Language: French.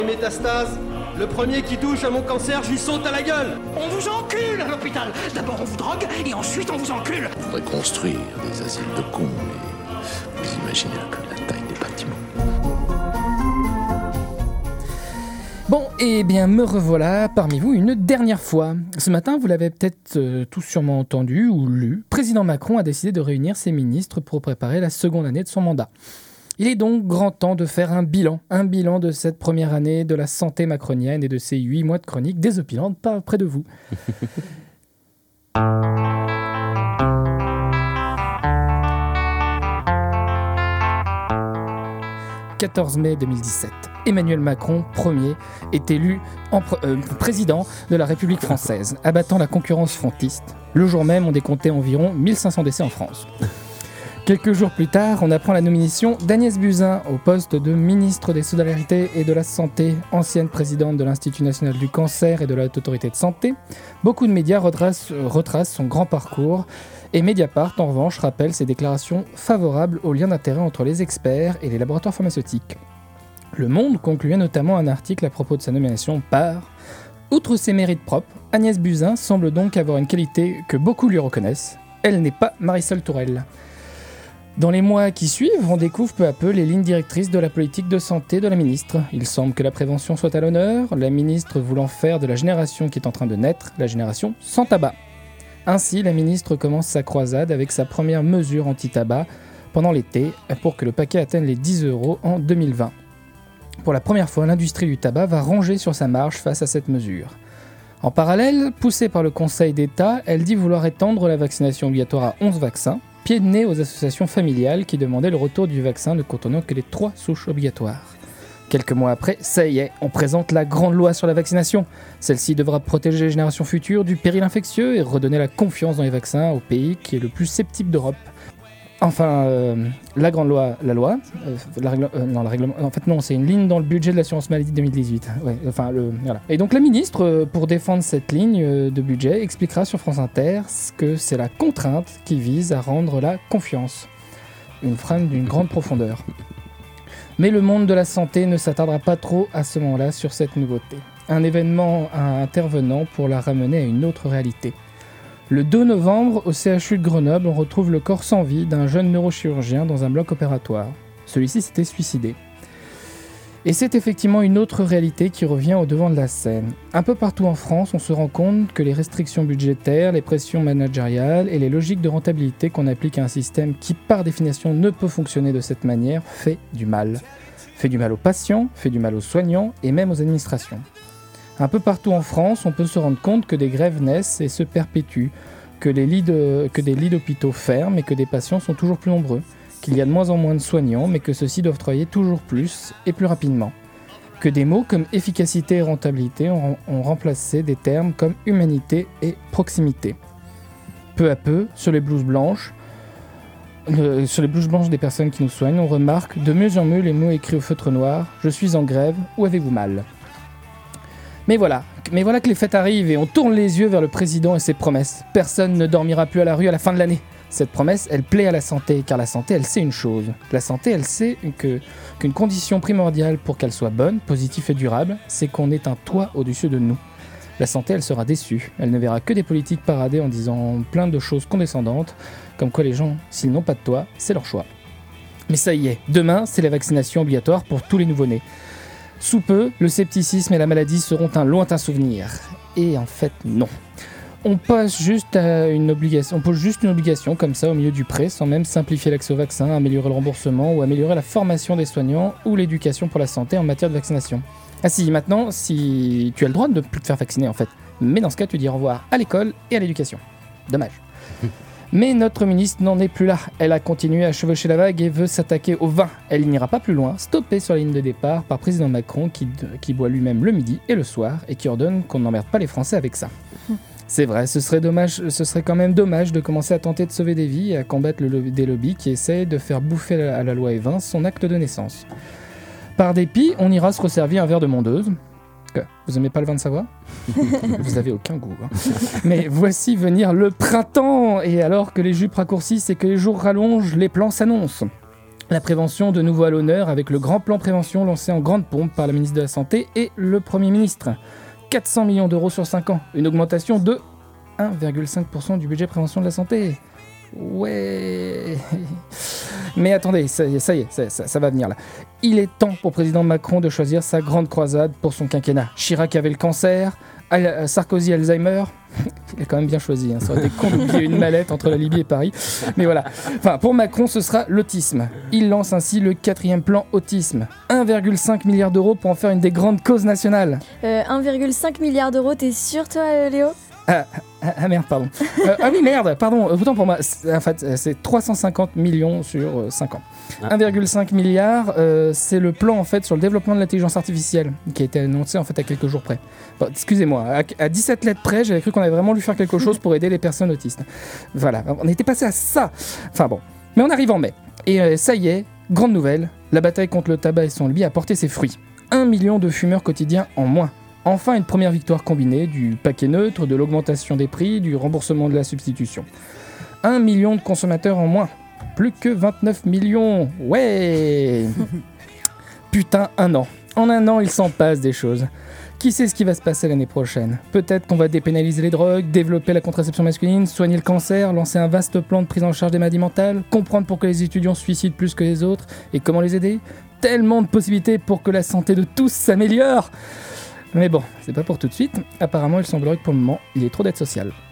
Métastase, le premier qui touche à mon cancer, je lui saute à la gueule. On vous encule à l'hôpital. D'abord on vous drogue et ensuite on vous encule. On faudrait construire des asiles de cons, mais vous imaginez un peu la taille des bâtiments. Bon, eh bien, me revoilà parmi vous une dernière fois. Ce matin, vous l'avez peut-être tous sûrement entendu ou lu, président Macron a décidé de réunir ses ministres pour préparer la seconde année de son mandat. Il est donc grand temps de faire un bilan de cette première année de la santé macronienne et de ces 8 mois de chronique désopilante pas près de vous. 14 mai 2017. Emmanuel Macron, premier, est élu président de la République française, abattant la concurrence frontiste. Le jour même, on décomptait environ 1500 décès en France. Quelques jours plus tard, on apprend la nomination d'Agnès Buzyn au poste de ministre des Solidarités et de la Santé, ancienne présidente de l'Institut national du cancer et de la Haute Autorité de Santé. Beaucoup de médias retracent son grand parcours et Mediapart, en revanche, rappelle ses déclarations favorables au lien d'intérêt entre les experts et les laboratoires pharmaceutiques. Le Monde concluait notamment un article à propos de sa nomination par « Outre ses mérites propres, Agnès Buzyn semble donc avoir une qualité que beaucoup lui reconnaissent. Elle n'est pas Marisol Tourelle ». Dans les mois qui suivent, on découvre peu à peu les lignes directrices de la politique de santé de la ministre. Il semble que la prévention soit à l'honneur, la ministre voulant faire de la génération qui est en train de naître la génération sans tabac. Ainsi, la ministre commence sa croisade avec sa première mesure anti-tabac pendant l'été pour que le paquet atteigne les 10 € en 2020. Pour la première fois, l'industrie du tabac va ranger sur sa marge face à cette mesure. En parallèle, poussée par le Conseil d'État, elle dit vouloir étendre la vaccination obligatoire à 11 vaccins, pied de nez aux associations familiales qui demandaient le retour du vaccin ne contenant que les 3 souches obligatoires. Quelques mois après, ça y est, on présente la grande loi sur la vaccination. Celle-ci devra protéger les générations futures du péril infectieux et redonner la confiance dans les vaccins au pays qui est le plus sceptique d'Europe. Enfin, la grande loi, la loi, en fait non, c'est une ligne dans le budget de l'assurance maladie 2018. Ouais, voilà. Et donc la ministre, pour défendre cette ligne de budget, expliquera sur France Inter que c'est la contrainte qui vise à rendre la confiance. Une phrase d'une grande profondeur. Mais le monde de la santé ne s'attardera pas trop à ce moment-là sur cette nouveauté. Un événement intervenant pour la ramener à une autre réalité. Le 2 novembre, au CHU de Grenoble, on retrouve le corps sans vie d'un jeune neurochirurgien dans un bloc opératoire. Celui-ci s'était suicidé. Et c'est effectivement une autre réalité qui revient au devant de la scène. Un peu partout en France, on se rend compte que les restrictions budgétaires, les pressions managériales et les logiques de rentabilité qu'on applique à un système qui, par définition, ne peut fonctionner de cette manière, fait du mal. Fait du mal aux patients, fait du mal aux soignants et même aux administrations. Un peu partout en France, on peut se rendre compte que des grèves naissent et se perpétuent, que des lits d'hôpitaux ferment et que des patients sont toujours plus nombreux, qu'il y a de moins en moins de soignants mais que ceux-ci doivent travailler toujours plus et plus rapidement, que des mots comme efficacité et rentabilité ont remplacé des termes comme humanité et proximité. Peu à peu, sur les blouses blanches des personnes qui nous soignent, on remarque de mieux en mieux les mots écrits au feutre noir « Je suis en grève, où avez-vous mal ?» Mais voilà que les fêtes arrivent et on tourne les yeux vers le président et ses promesses. Personne ne dormira plus à la rue à la fin de l'année. Cette promesse, elle plaît à la santé, car la santé, elle sait une chose. La santé, elle sait qu'une condition primordiale pour qu'elle soit bonne, positive et durable, c'est qu'on ait un toit au-dessus de nous. La santé, elle sera déçue. Elle ne verra que des politiques parader en disant plein de choses condescendantes, comme quoi les gens, s'ils n'ont pas de toit, c'est leur choix. Mais ça y est, demain, c'est la vaccination obligatoire pour tous les nouveau-nés. Sous peu, le scepticisme et la maladie seront un lointain souvenir. Et en fait, non. On pose juste une obligation comme ça au milieu du pré, sans même simplifier l'accès au vaccin, améliorer le remboursement ou améliorer la formation des soignants ou l'éducation pour la santé en matière de vaccination. Ah si, maintenant, si tu as le droit de ne plus te faire vacciner en fait. Mais dans ce cas, tu dis au revoir à l'école et à l'éducation. Dommage. Mais notre ministre n'en est plus là. Elle a continué à chevaucher la vague et veut s'attaquer au vin. Elle n'ira pas plus loin, stoppée sur la ligne de départ par président Macron qui boit lui-même le midi et le soir et qui ordonne qu'on n'emmerde pas les Français avec ça. C'est vrai, ce serait quand même dommage de commencer à tenter de sauver des vies et à combattre des lobbies qui essaient de faire bouffer à la loi E20 son acte de naissance. Par dépit, on ira se resservir un verre de mondeuse. Vous aimez pas le vin de Savoie ? Vous avez aucun goût. Hein. Mais voici venir le printemps, et alors que les jupes raccourcissent et que les jours rallongent, les plans s'annoncent. La prévention de nouveau à l'honneur avec le grand plan prévention lancé en grande pompe par la ministre de la Santé et le Premier ministre. 400 millions d'euros sur 5 ans, une augmentation de 1,5% du budget prévention de la santé. Ouais. Mais attendez, ça y est, ça va venir là. Il est temps pour président Macron de choisir sa grande croisade pour son quinquennat. Chirac avait le cancer, Sarkozy Alzheimer. Il a quand même bien choisi, hein. Ça aurait été con d'oublier une mallette entre la Libye et Paris. Mais voilà. Enfin, pour Macron, ce sera l'autisme. Il lance ainsi le 4e plan autisme. 1,5 milliard d'euros pour en faire une des grandes causes nationales. 1,5 milliard d'euros, t'es sûr toi, Léo ? Ah merde, pardon. Ah oui, merde, pardon, autant pour moi. En fait, c'est 350 millions sur 5 ans. 1,5 milliard, c'est le plan en fait sur le développement de l'intelligence artificielle qui a été annoncé en fait à quelques jours près. Bon, excusez-moi, à 17 lettres près, j'avais cru qu'on avait vraiment dû faire quelque chose pour aider les personnes autistes. Voilà, on était passé à ça. Enfin bon, mais on arrive en mai. Et ça y est, grande nouvelle, la bataille contre le tabac et son lobby a porté ses fruits. 1 million de fumeurs quotidiens en moins. Enfin, une première victoire combinée du paquet neutre, de l'augmentation des prix, du remboursement de la substitution. 1 million de consommateurs en moins. Plus que 29 millions. Ouais. Putain, 1 an. En 1 an, il s'en passe des choses. Qui sait ce qui va se passer l'année prochaine ? Peut-être qu'on va dépénaliser les drogues, développer la contraception masculine, soigner le cancer, lancer un vaste plan de prise en charge des maladies mentales, comprendre pourquoi les étudiants se suicident plus que les autres et comment les aider. Tellement de possibilités pour que la santé de tous s'améliore. Mais bon, c'est pas pour tout de suite. Apparemment, il semblerait que pour le moment, il y ait trop d'aide sociale.